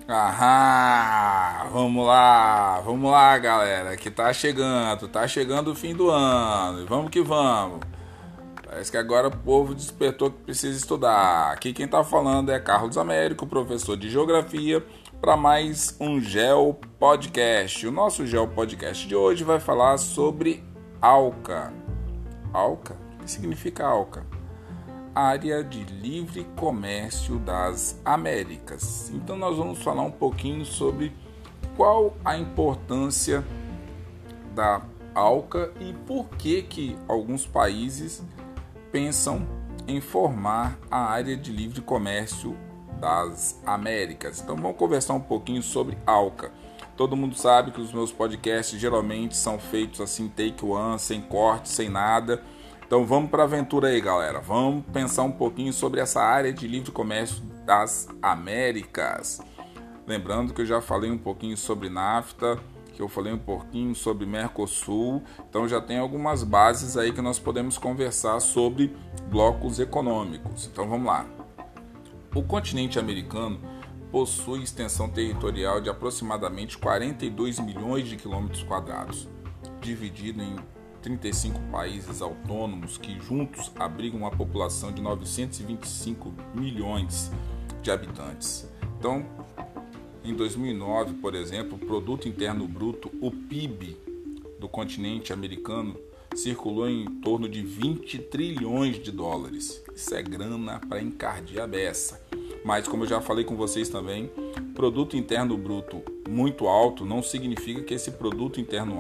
Aham, vamos lá, galera, que tá chegando o fim do ano, e vamos que vamos. Parece que agora o povo despertou que precisa estudar. Aqui quem tá falando é Carlos Américo, professor de Geografia, para mais um Geo Podcast. O nosso Geo Podcast de hoje vai falar sobre ALCA. ALCA? O que significa ALCA? Área de Livre Comércio das Américas. Então nós vamos falar um pouquinho sobre qual a importância da ALCA e por que alguns países pensam em formar a Área de Livre Comércio das Américas. Então vamos conversar um pouquinho sobre ALCA. Todo mundo sabe que os meus podcasts geralmente são feitos assim, take one, sem corte, sem nada. Então vamos para a aventura aí, galera. Vamos pensar um pouquinho sobre essa área de livre comércio das Américas. Lembrando que eu já falei um pouquinho sobre NAFTA, que eu falei um pouquinho sobre Mercosul. Então já tem algumas bases aí que nós podemos conversar sobre blocos econômicos. Então vamos lá. O continente americano possui extensão territorial de aproximadamente 42 milhões de quilômetros quadrados, dividido em 35 países autônomos que juntos abrigam uma população de 925 milhões de habitantes. Então, em 2009, por exemplo, o Produto Interno Bruto, o PIB do continente americano, circulou em torno de 20 trilhões de dólares. Isso é grana para encardir a beça. Mas, como eu já falei com vocês também, Produto Interno Bruto muito alto não significa que esse Produto Interno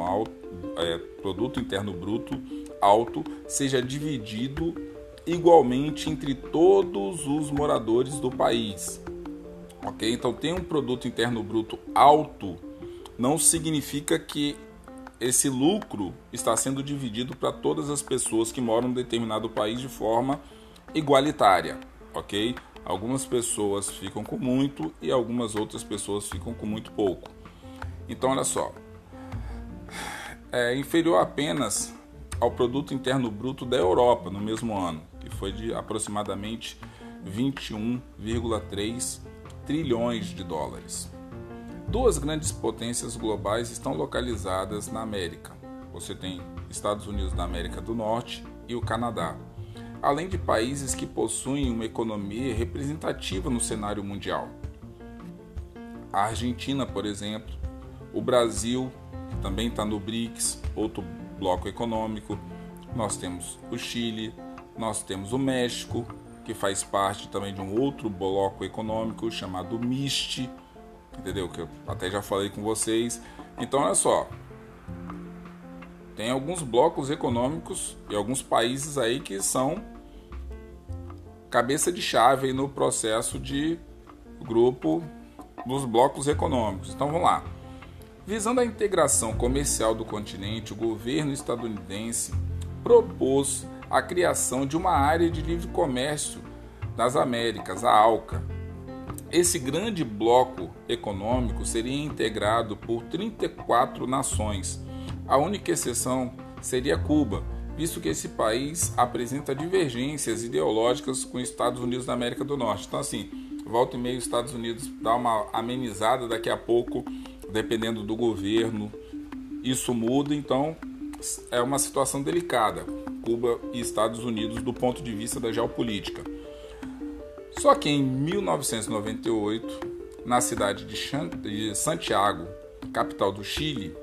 Bruto alto seja dividido igualmente entre todos os moradores do país. Ok? Então, ter um Produto Interno Bruto alto não significa que esse lucro está sendo dividido para todas as pessoas que moram em determinado país de forma igualitária. Ok? Algumas pessoas ficam com muito e algumas outras pessoas ficam com muito pouco. Então, olha só. É inferior apenas ao Produto Interno Bruto da Europa no mesmo ano, que foi de aproximadamente 21,3 trilhões de dólares. Duas grandes potências globais estão localizadas na América. Você tem Estados Unidos da América do Norte e o Canadá, além de países que possuem uma economia representativa no cenário mundial. A Argentina, por exemplo, o Brasil, que também está no BRICS, outro bloco econômico. Nós temos o Chile, nós temos o México, que faz parte também de um outro bloco econômico chamado MIST, entendeu? Que eu até já falei com vocês. Então, olha só, tem alguns blocos econômicos e alguns países aí que são cabeça de chave aí no processo de grupo dos blocos econômicos. Então, vamos lá. Visando a integração comercial do continente, o governo estadunidense propôs a criação de uma área de livre comércio das Américas, a ALCA. Esse grande bloco econômico seria integrado por 34 nações. A única exceção seria Cuba, visto que esse país apresenta divergências ideológicas com os Estados Unidos da América do Norte. Então, assim, volta e meia os Estados Unidos dá uma amenizada, daqui a pouco, dependendo do governo, isso muda. Então, é uma situação delicada, Cuba e Estados Unidos, do ponto de vista da geopolítica. Só que em 1998, na cidade de Santiago, capital do Chile,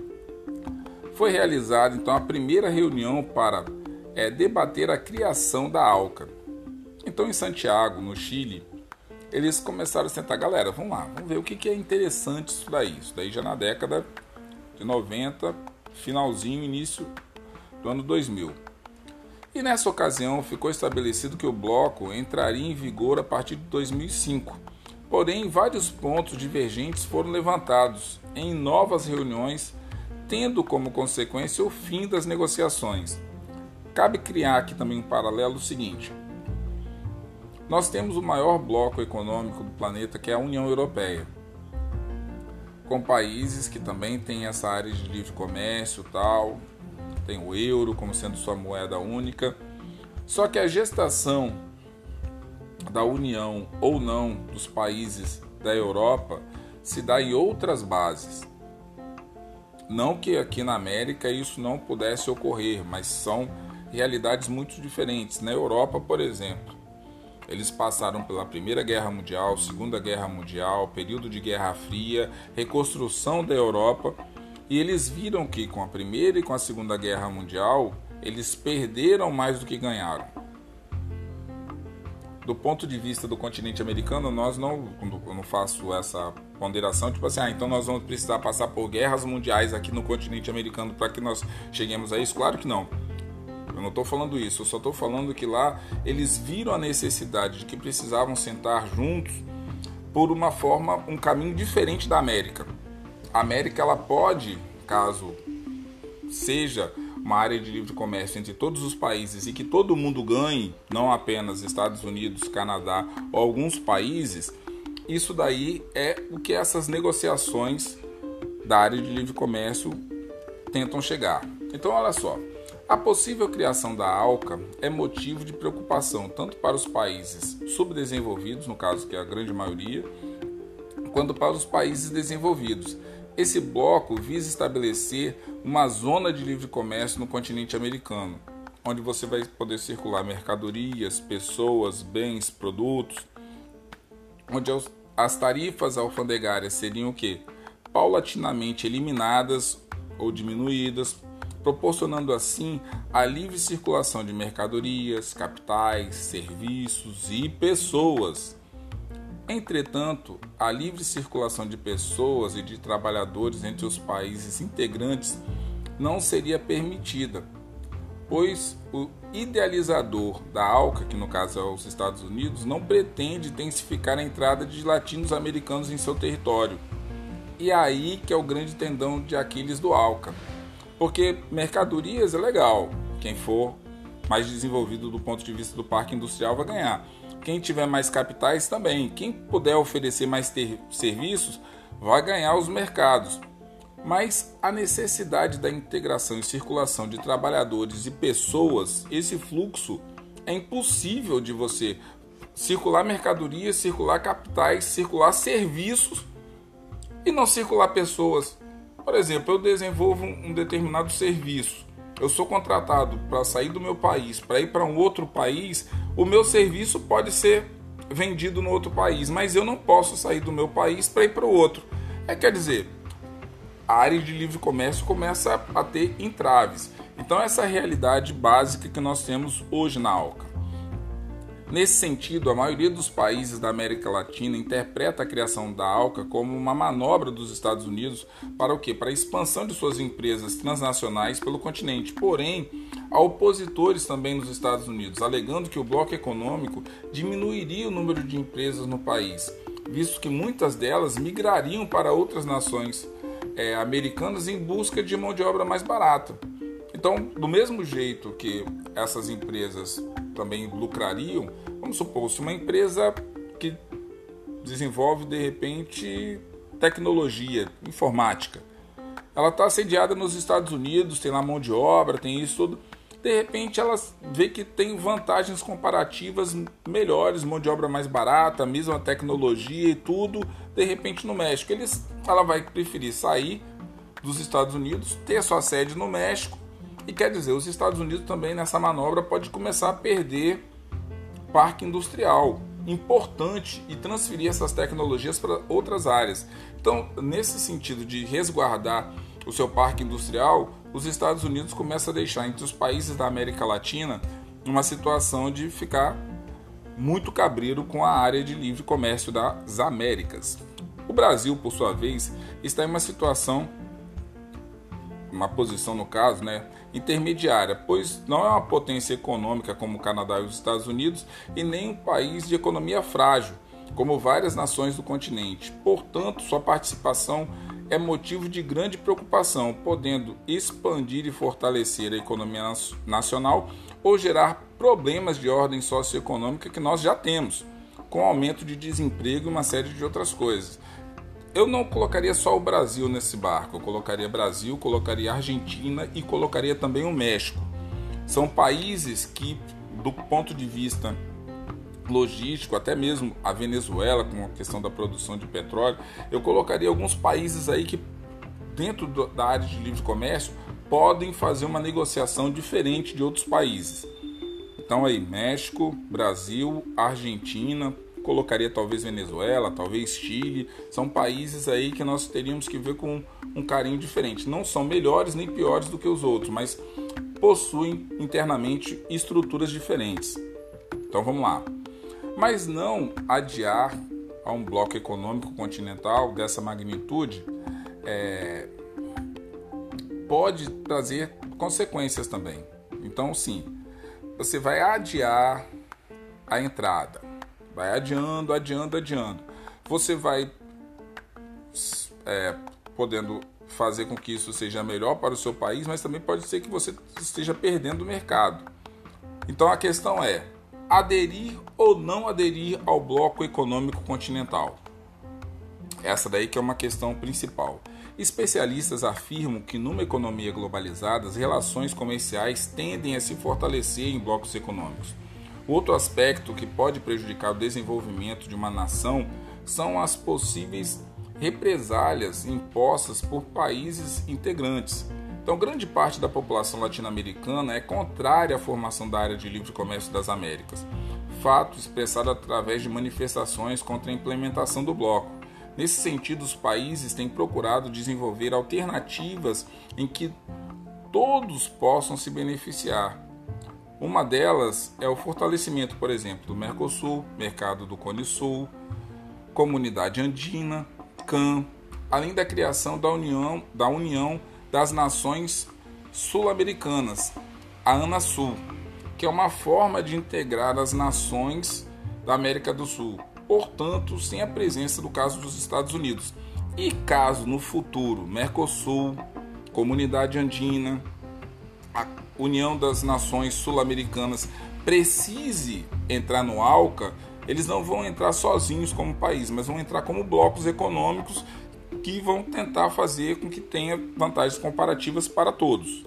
foi realizada então a primeira reunião para debater a criação da ALCA. Então, em Santiago, no Chile, eles começaram a sentar, galera, vamos lá, vamos ver o que é interessante isso daí. Isso daí já na década de 90, finalzinho, início do ano 2000. E nessa ocasião ficou estabelecido que o bloco entraria em vigor a partir de 2005. Porém, vários pontos divergentes foram levantados em novas reuniões, tendo como consequência o fim das negociações. Cabe criar aqui também um paralelo seguinte. Nós temos o maior bloco econômico do planeta, que é a União Europeia, com países que também têm essa área de livre comércio, tal, tem o euro como sendo sua moeda única. Só que a gestação da união ou não dos países da Europa se dá em outras bases. Não que aqui na América isso não pudesse ocorrer, mas são realidades muito diferentes. Na Europa, por exemplo, eles passaram pela Primeira Guerra Mundial, Segunda Guerra Mundial, período de Guerra Fria, reconstrução da Europa, e eles viram que com a Primeira e com a Segunda Guerra Mundial, eles perderam mais do que ganharam. Do ponto de vista do continente americano, nós não, eu não faço essa ponderação, tipo assim, então nós vamos precisar passar por guerras mundiais aqui no continente americano para que nós cheguemos a isso? Claro que não. Eu não estou falando isso, eu só estou falando que lá eles viram a necessidade de que precisavam sentar juntos por uma forma, um caminho diferente da América. A América, ela pode, caso seja uma área de livre comércio entre todos os países e que todo mundo ganhe, não apenas Estados Unidos, Canadá ou alguns países, isso daí é o que essas negociações da área de livre comércio tentam chegar. Então, olha só, a possível criação da ALCA é motivo de preocupação tanto para os países subdesenvolvidos, no caso que é a grande maioria, quanto para os países desenvolvidos. Esse bloco visa estabelecer uma zona de livre comércio no continente americano, onde você vai poder circular mercadorias, pessoas, bens, produtos, onde as tarifas alfandegárias seriam o quê? Paulatinamente eliminadas ou diminuídas, proporcionando assim a livre circulação de mercadorias, capitais, serviços e pessoas. Entretanto, a livre circulação de pessoas e de trabalhadores entre os países integrantes não seria permitida, pois o idealizador da ALCA, que no caso é os Estados Unidos, não pretende intensificar a entrada de latinos-americanos em seu território. E é aí que é o grande tendão de Aquiles do ALCA, porque mercadorias é legal, quem for mais desenvolvido do ponto de vista do parque industrial vai ganhar. Quem tiver mais capitais também. Quem puder oferecer mais serviços vai ganhar os mercados. Mas a necessidade da integração e circulação de trabalhadores e pessoas, esse fluxo é impossível de você circular mercadorias, circular capitais, circular serviços e não circular pessoas. Por exemplo, eu desenvolvo um determinado serviço. Eu sou contratado para sair do meu país, para ir para um outro país, o meu serviço pode ser vendido no outro país, mas eu não posso sair do meu país para ir para o outro. Quer dizer, a área de livre comércio começa a ter entraves. Então essa é a realidade básica que nós temos hoje na ALCA. Nesse sentido, a maioria dos países da América Latina interpreta a criação da ALCA como uma manobra dos Estados Unidos para o quê? Para a expansão de suas empresas transnacionais pelo continente. Porém, há opositores também nos Estados Unidos, alegando que o bloco econômico diminuiria o número de empresas no país, visto que muitas delas migrariam para outras nações americanas em busca de mão de obra mais barata. Então, do mesmo jeito que essas empresas também lucrariam, vamos supor, se uma empresa que desenvolve de repente tecnologia, informática, ela está sediada nos Estados Unidos, tem lá mão de obra, tem isso tudo, de repente ela vê que tem vantagens comparativas melhores, mão de obra mais barata, mesma tecnologia e tudo, de repente no México, ela vai preferir sair dos Estados Unidos, ter sua sede no México. E quer dizer, os Estados Unidos também nessa manobra pode começar a perder parque industrial importante e transferir essas tecnologias para outras áreas. Então, nesse sentido de resguardar o seu parque industrial, os Estados Unidos começam a deixar entre os países da América Latina uma situação de ficar muito cabreiro com a área de livre comércio das Américas. O Brasil, por sua vez, está em uma situação, uma posição no caso, intermediária, pois não é uma potência econômica como o Canadá e os Estados Unidos e nem um país de economia frágil, como várias nações do continente. Portanto, sua participação é motivo de grande preocupação, podendo expandir e fortalecer a economia nacional ou gerar problemas de ordem socioeconômica que nós já temos, com aumento de desemprego e uma série de outras coisas. Eu não colocaria só o Brasil nesse barco, eu colocaria Brasil, colocaria Argentina e colocaria também o México. São países que, do ponto de vista logístico, até mesmo a Venezuela com a questão da produção de petróleo, eu colocaria alguns países aí que dentro da área de livre comércio podem fazer uma negociação diferente de outros países. Então aí, México, Brasil, Argentina, colocaria talvez Venezuela, talvez Chile, são países aí que nós teríamos que ver com um carinho diferente. Não são melhores nem piores do que os outros, mas possuem internamente estruturas diferentes. Então vamos lá. Mas não adiar a um bloco econômico continental dessa magnitude pode trazer consequências também. Então sim, você vai adiar a entrada, vai adiando. Você vai podendo fazer com que isso seja melhor para o seu país, mas também pode ser que você esteja perdendo o mercado. Então a questão é aderir ou não aderir ao bloco econômico continental. Essa daí que é uma questão principal. Especialistas afirmam que numa economia globalizada, as relações comerciais tendem a se fortalecer em blocos econômicos. Outro aspecto que pode prejudicar o desenvolvimento de uma nação são as possíveis represálias impostas por países integrantes. Então, grande parte da população latino-americana é contrária à formação da área de livre comércio das Américas, fato expressado através de manifestações contra a implementação do bloco. Nesse sentido, os países têm procurado desenvolver alternativas em que todos possam se beneficiar. Uma delas é o fortalecimento, por exemplo, do Mercosul, Mercado do Cone Sul, Comunidade Andina, CAN, além da criação da União das Nações Sul-Americanas, a ANASUL, que é uma forma de integrar as nações da América do Sul, portanto, sem a presença do caso dos Estados Unidos. E caso no futuro Mercosul, Comunidade Andina, a União das Nações Sul-Americanas precise entrar no ALCA, eles não vão entrar sozinhos como país, mas vão entrar como blocos econômicos que vão tentar fazer com que tenha vantagens comparativas para todos.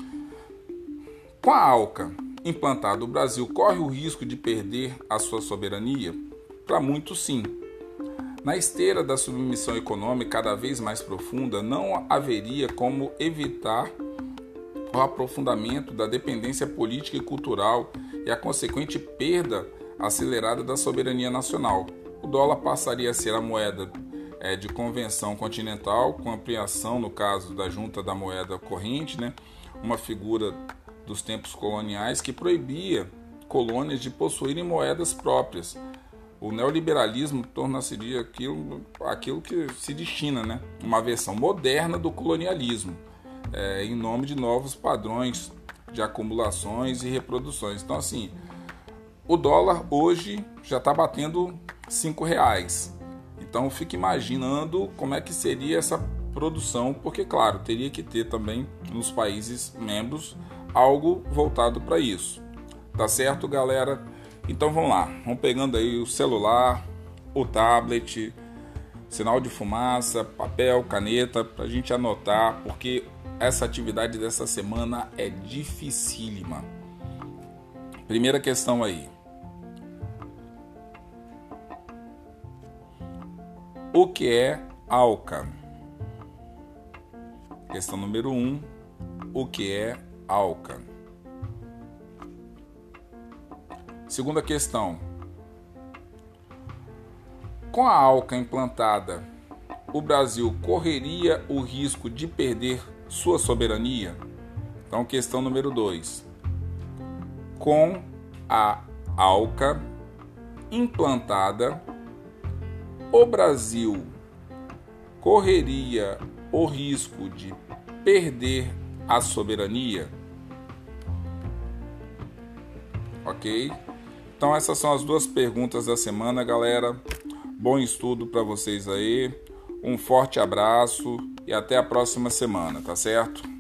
Com a ALCA implantada, o Brasil corre o risco de perder a sua soberania? Para muitos, sim. Na esteira da submissão econômica cada vez mais profunda, não haveria como evitar o aprofundamento da dependência política e cultural e a consequente perda acelerada da soberania nacional. O dólar passaria a ser a moeda de convenção continental, com ampliação, no caso da junta da moeda corrente, uma figura dos tempos coloniais que proibia colônias de possuírem moedas próprias. O neoliberalismo torna-se aquilo que se destina, uma versão moderna do colonialismo, em nome de novos padrões de acumulações e reproduções. Então, assim, o dólar hoje já está batendo R$5. Então, fique imaginando como é que seria essa produção, porque, claro, teria que ter também nos países membros algo voltado para isso. Tá certo, galera? Então, vamos lá. Vamos pegando aí o celular, o tablet, sinal de fumaça, papel, caneta, para a gente anotar, porque essa atividade dessa semana é dificílima. Primeira questão aí. O que é ALCA? Questão número 1. O que é ALCA? Segunda questão. Com a ALCA implantada, o Brasil correria o risco de perder sua soberania? Então, questão número 2. Com a ALCA implantada, o Brasil correria o risco de perder a soberania? Ok? Então essas são as duas perguntas da semana, galera. Bom estudo para vocês aí. Um forte abraço e até a próxima semana, tá certo?